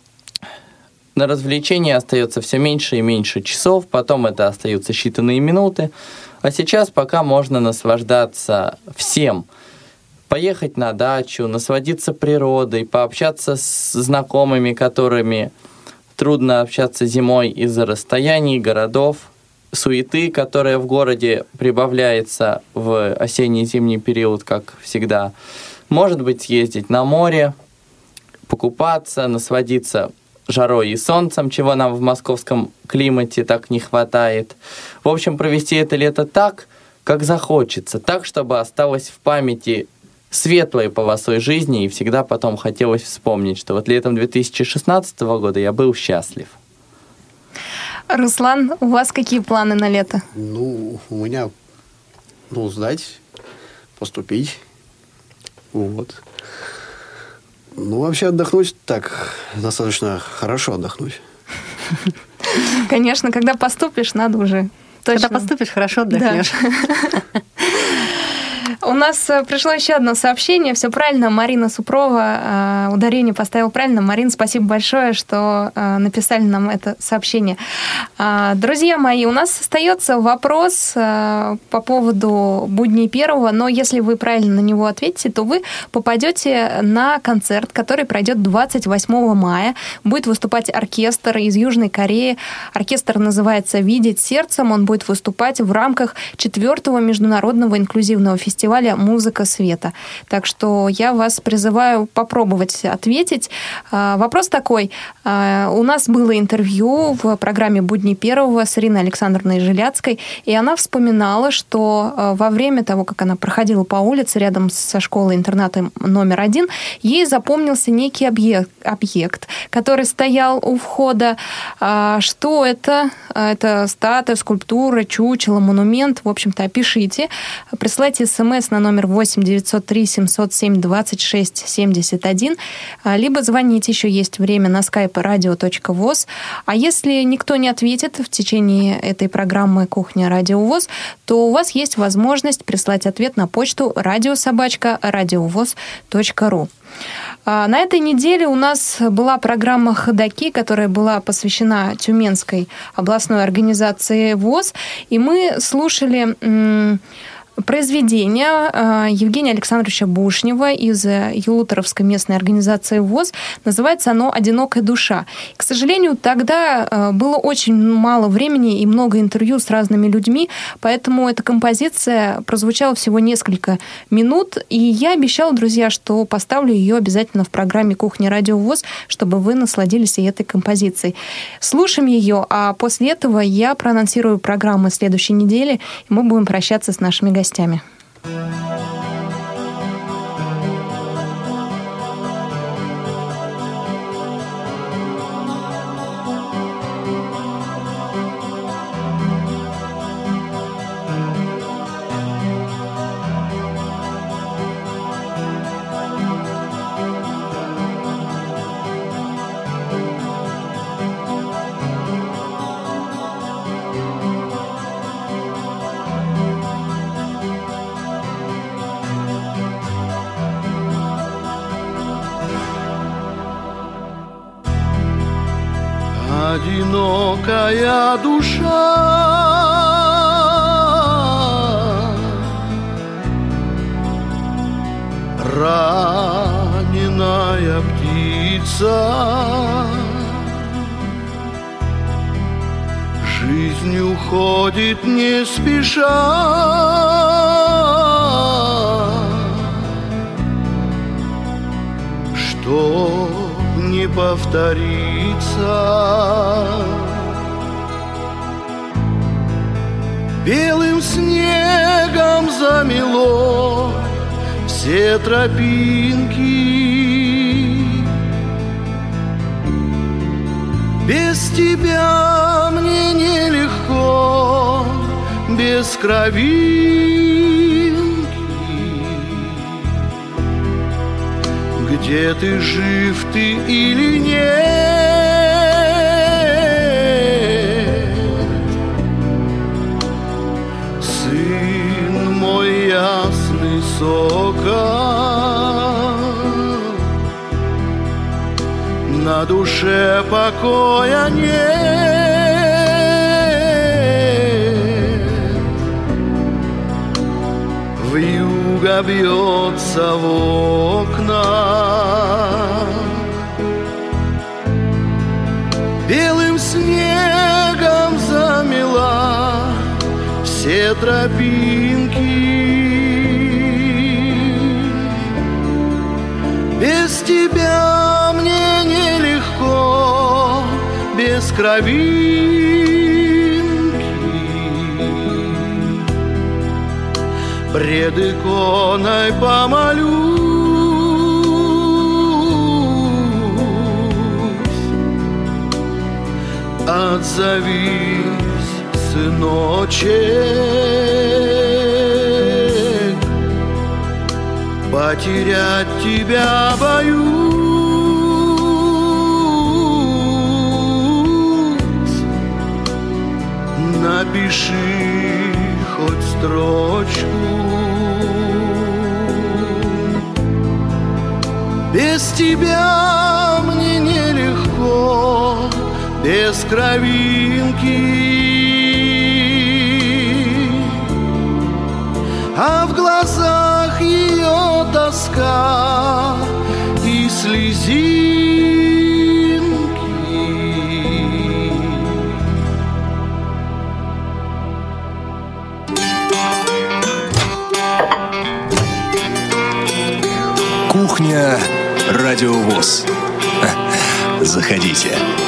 на развлечения остается все меньше и меньше часов, потом это остаются считанные минуты, а сейчас пока можно наслаждаться всем. Поехать на дачу, насладиться природой, пообщаться с знакомыми, которыми трудно общаться зимой из-за расстояний, городов, суеты, которая в городе прибавляется в осенне-зимний период, как всегда. Может быть, съездить на море, покупаться, насладиться жарой и солнцем, чего нам в московском климате так не хватает. В общем, провести это лето так, как захочется, так, чтобы осталось в памяти светлой полосой жизни, и всегда потом хотелось вспомнить, что вот летом две тысячи шестнадцатого года я был счастлив. Руслан, у вас какие планы на лето? Ну, у меня, ну, сдать, поступить, вот. Ну, вообще отдохнуть так, достаточно хорошо отдохнуть. Конечно, когда поступишь, надо уже точно. Когда поступишь, хорошо отдохнешь. Да. У нас пришло еще одно сообщение. Все правильно, Марина Супрова ударение поставила правильно. Марина, спасибо большое, что написали нам это сообщение. Друзья мои, у нас остается вопрос по поводу будней первого, но если вы правильно на него ответите, то вы попадете на концерт, который пройдет двадцать восьмого мая. Будет выступать оркестр из Южной Кореи. Оркестр называется «Видеть сердцем». Он будет выступать в рамках четвертого международного инклюзивного фестиваля «Музыка света». Так что я вас призываю попробовать ответить. Вопрос такой. У нас было интервью в программе «Будни первого» с Ириной Александровной Жиляцкой, и она вспоминала, что во время того, как она проходила по улице рядом со школой-интернатом номер один, ей запомнился некий объект, объект, который стоял у входа. Что это? Это статуя, скульптура, чучело, монумент. В общем-то, опишите. Присылайте смс на номер восемь девятьсот три семьсот семь двадцать шесть семьдесят один, либо звоните, еще есть время, на skype radio точка voz. А если никто не ответит в течение этой программы «Кухня Радио ВОС», то у вас есть возможность прислать ответ на почту радиособачка радиовоз точка ру. На этой неделе у нас была программа «Ходоки», которая была посвящена Тюменской областной организации ВОС, и мы слушали произведение Евгения Александровича Бушнева из Елуторовской местной организации ВОС. Называется оно «Одинокая душа». К сожалению, тогда было очень мало времени и много интервью с разными людьми, поэтому эта композиция прозвучала всего несколько минут, и я обещала, друзья, что поставлю ее обязательно в программе «Кухня Радио ВОС», чтобы вы насладились и этой композицией. Слушаем ее, а после этого я проанонсирую программы следующей недели, и мы будем прощаться с нашими гостями. гостями. Одинокая душа, раненая птица, жизнь уходит не спеша, что не повторится. Белым снегом замело все тропинки. Без тебя мне нелегко, без кровинки. Где ты, жив ты или нет? Сын мой ясный сокол, на душе покоя нет. Вьюга бьется в окна, белым снегом замела все тропинки. Без тебя мне нелегко, без кровинки. Пред иконой помолюсь, отзовись, сыночек, потерять тебя боюсь. тебя мне нелегко, без кровинки. А в глазах ее тоска и слезинки. Кухня Радио ВОС. Заходите.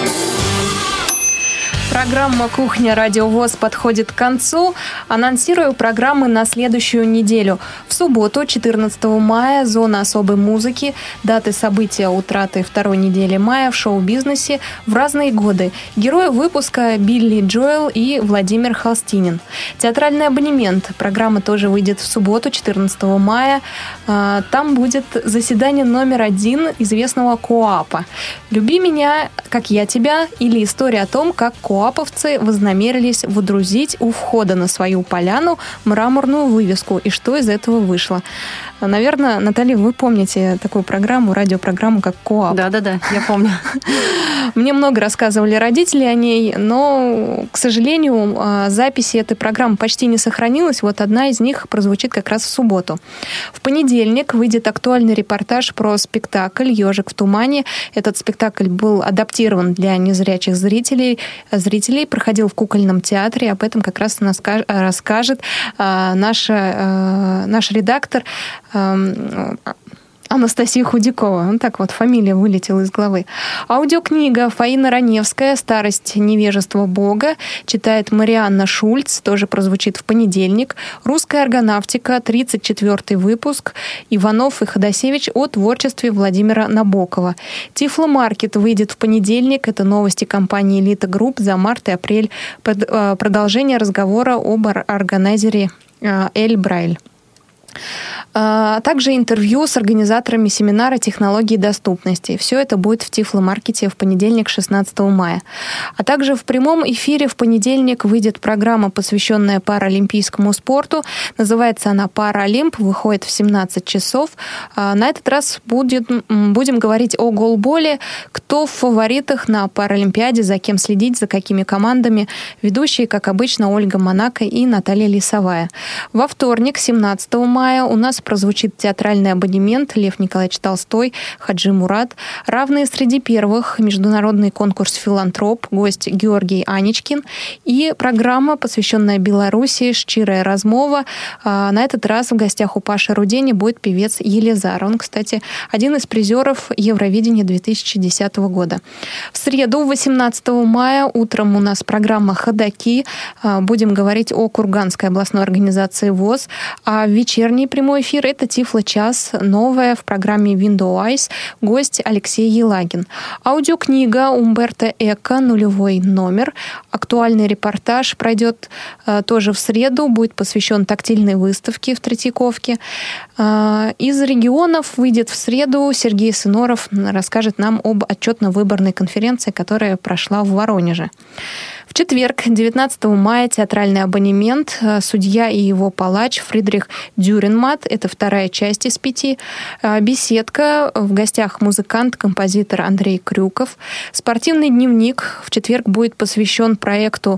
Программа «Кухня Радио ВОС» подходит к концу. Анонсирую программы на следующую неделю. В субботу, четырнадцатого мая, «Зона особой музыки». Даты события утраты второй недели мая в шоу-бизнесе в разные годы. Герои выпуска Билли Джоэл и Владимир Холстинин. Театральный абонемент. Программа тоже выйдет в субботу, четырнадцатого мая. Там будет заседание номер один известного КоАПа. «Люби меня, как я тебя» или история о том, как КоАП Коаповцы вознамерились водрузить у входа на свою поляну мраморную вывеску. И что из этого вышло? Наверное, Наталья, вы помните такую программу, радиопрограмму, как КоАП. Да-да-да, я помню. Мне много рассказывали родители о ней, но, к сожалению, записи этой программы почти не сохранилась. Вот одна из них прозвучит как раз в субботу. В понедельник выйдет актуальный репортаж про спектакль «Ежик в тумане». Этот спектакль был адаптирован для незрячих зрителей. Зрителей проходил в кукольном театре. Об этом как раз расскажет наша, наш редактор Анастасия Худякова. Ну, так вот, фамилия вылетела из головы. Аудиокнига Фаина Раневская «Старость невежества Бога». Читает Марианна Шульц. Тоже прозвучит в понедельник. «Русская аргонавтика». тридцать четвёртый выпуск. Иванов и Ходосевич о творчестве Владимира Набокова. Тифломаркет выйдет в понедельник. Это новости компании «Элита Групп» за март и апрель. Продолжение разговора об органайзере Эль Брайль. А также интервью с организаторами семинара «Технологии доступности». Все это будет в Тифломаркете в понедельник, шестнадцатого мая. А также в прямом эфире в понедельник выйдет программа, посвященная паралимпийскому спорту. Называется она «Паралимп», выходит в семнадцать часов. А на этот раз будет, будем говорить о голболе, кто в фаворитах на Паралимпиаде, за кем следить, за какими командами. Ведущие, как обычно, Ольга Монако и Наталья Лисовая. Во вторник, семнадцатого мая, у нас прозвучит театральный абонемент Лев Николаевич Толстой, Хаджи Мурат. Равные среди первых. Международный конкурс «Филантроп», гость Георгий Аничкин. И программа, посвященная Беларуси, «Щирая размова». На этот раз в гостях у Паши Рудени будет певец Елизар. Он, кстати, один из призеров Евровидения две тысячи десятого года. В среду, восемнадцатого мая, утром у нас программа «Ходоки». Будем говорить о Курганской областной организации ВОС. А в вечерний прямой эфир — это Тифло-час, новая в программе Window Eyes, гость Алексей Елагин. Аудиокнига Умберто Эко «Нулевой номер». Актуальный репортаж пройдет э, тоже в среду, будет посвящен тактильной выставке в Третьяковке. Э, из регионов выйдет в среду Сергей Сыноров, расскажет нам об отчетно-выборной конференции, которая прошла в Воронеже. В четверг, девятнадцатого мая, театральный абонемент «Судья и его палач» Фридрих Дюренмат. Это вторая часть из пяти. Беседка. В гостях музыкант, композитор Андрей Крюков. Спортивный дневник в четверг будет посвящен проекту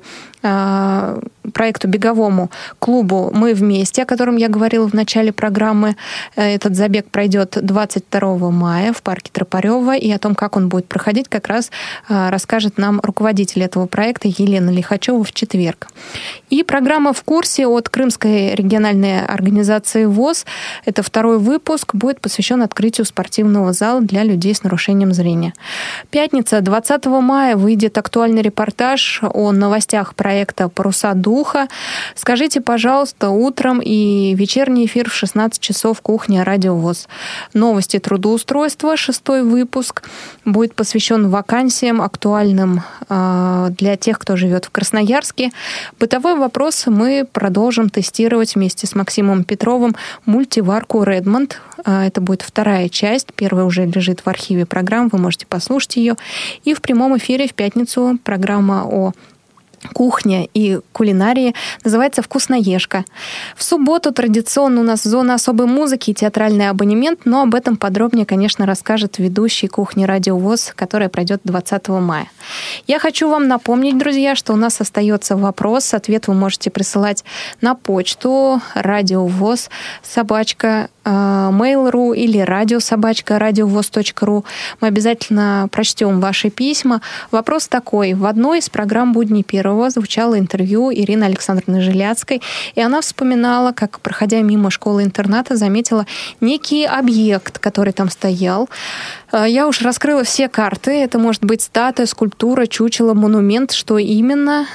проекту беговому клубу «Мы вместе», о котором я говорила в начале программы. Этот забег пройдет двадцать второго мая в парке Тропарева, и о том, как он будет проходить, как раз расскажет нам руководитель этого проекта Елена Лихачева в четверг. И программа «В курсе» от Крымской региональной организации ВОС. Это второй выпуск, будет посвящен открытию спортивного зала для людей с нарушением зрения. Пятница, двадцатого мая, выйдет актуальный репортаж о новостях проекта проекта «Паруса духа». Скажите, пожалуйста, утром и вечерний эфир в шестнадцать часов «Кухня Радио ВОС». Новости трудоустройства, шестой выпуск, будет посвящен вакансиям, актуальным э, для тех, кто живет в Красноярске. Бытовой вопрос мы продолжим тестировать вместе с Максимом Петровым мультиварку Redmond. Э, это будет вторая часть. Первая уже лежит в архиве программ, вы можете послушать ее. И в прямом эфире в пятницу программа о кухня и кулинарии, называется «Вкусноежка». В субботу традиционно у нас зона особой музыки и театральный абонемент, но об этом подробнее, конечно, расскажет ведущий кухни «Радио ВОС», которая пройдет двадцатого мая. Я хочу вам напомнить, друзья, что у нас остается вопрос. Ответ вы можете присылать на почту радиовоз собачка mail.ru или радиособачка радиовоз точка ру. Мы обязательно прочтем ваши письма. Вопрос такой. В одной из программ «Будни первого» звучало интервью Ирины Александровны Жиляцкой, и она вспоминала, как, проходя мимо школы-интерната, заметила некий объект, который там стоял. Я уж раскрыла все карты. Это может быть статуя, скульптура, чучело, монумент. Что именно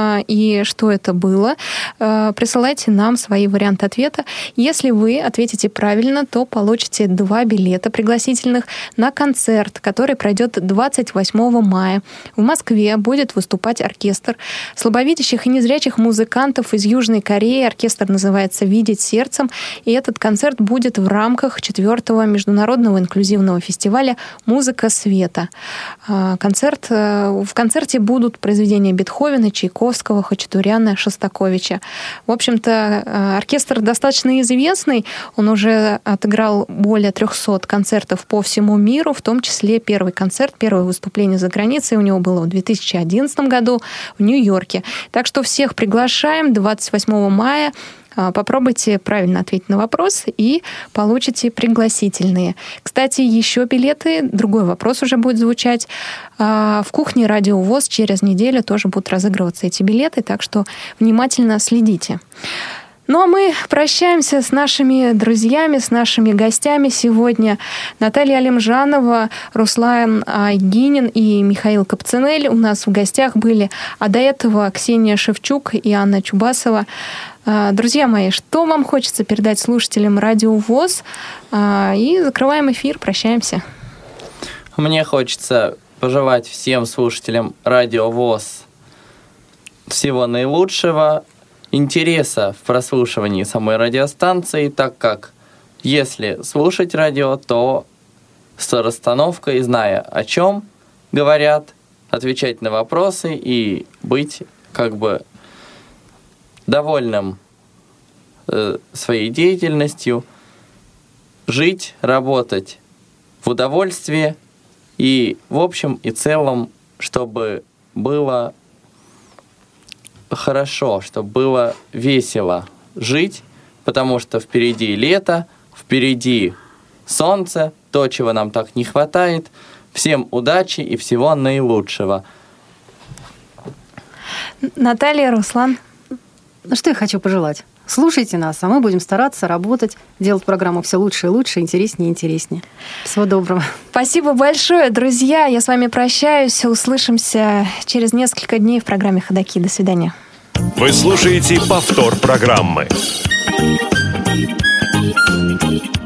и что это было? Присылайте нам свои варианты ответа. Если вы ответите правильно, то получите два билета пригласительных на концерт, который пройдет двадцать восьмого мая. В Москве будет выступать оркестр слабовидящих и незрячих музыкантов из Южной Кореи. Оркестр называется «Видеть сердцем». И этот концерт будет в рамках четвертого международного инклюзивного фестиваля «Музыка света». Концерт, в концерте будут произведения Бетховена, Чайковского, Хачатуряна, Шостаковича. В общем-то, оркестр достаточно известный. Он уже отыграл более трехсот концертов по всему миру, в том числе первый концерт, первое выступление за границей у него было в две тысячи одиннадцатом году в Нью-Йорке. Так что всех приглашаем двадцать восьмого мая. Попробуйте правильно ответить на вопрос и получите пригласительные. Кстати, еще билеты, другой вопрос уже будет звучать. В кухне «Радио ВОС» через неделю тоже будут разыгрываться эти билеты, так что внимательно следите. Ну а мы прощаемся с нашими друзьями, с нашими гостями сегодня. Наталья Алимжанова, Руслан Айгинин и Михаил Капцинель у нас в гостях были. А до этого Ксения Шевчук и Анна Чубасова. Друзья мои, что вам хочется передать слушателям Радио ВОС? И закрываем эфир, прощаемся. Мне хочется пожелать всем слушателям Радио ВОС всего наилучшего, интереса в прослушивании самой радиостанции, так как если слушать радио, то с расстановкой, зная о чем говорят, отвечать на вопросы и быть как бы довольным э, своей деятельностью, жить, работать в удовольствии и в общем и целом, чтобы было хорошо, чтобы было весело жить, потому что впереди лето, впереди солнце, то, чего нам так не хватает. Всем удачи и всего наилучшего. Наталья, Руслан. Ну, что я хочу пожелать? Слушайте нас, а мы будем стараться работать, делать программу все лучше и лучше, интереснее и интереснее. Всего доброго. Спасибо большое, друзья. Я с вами прощаюсь. Услышимся через несколько дней в программе «Ходоки». До свидания. Вы слушаете повтор программы.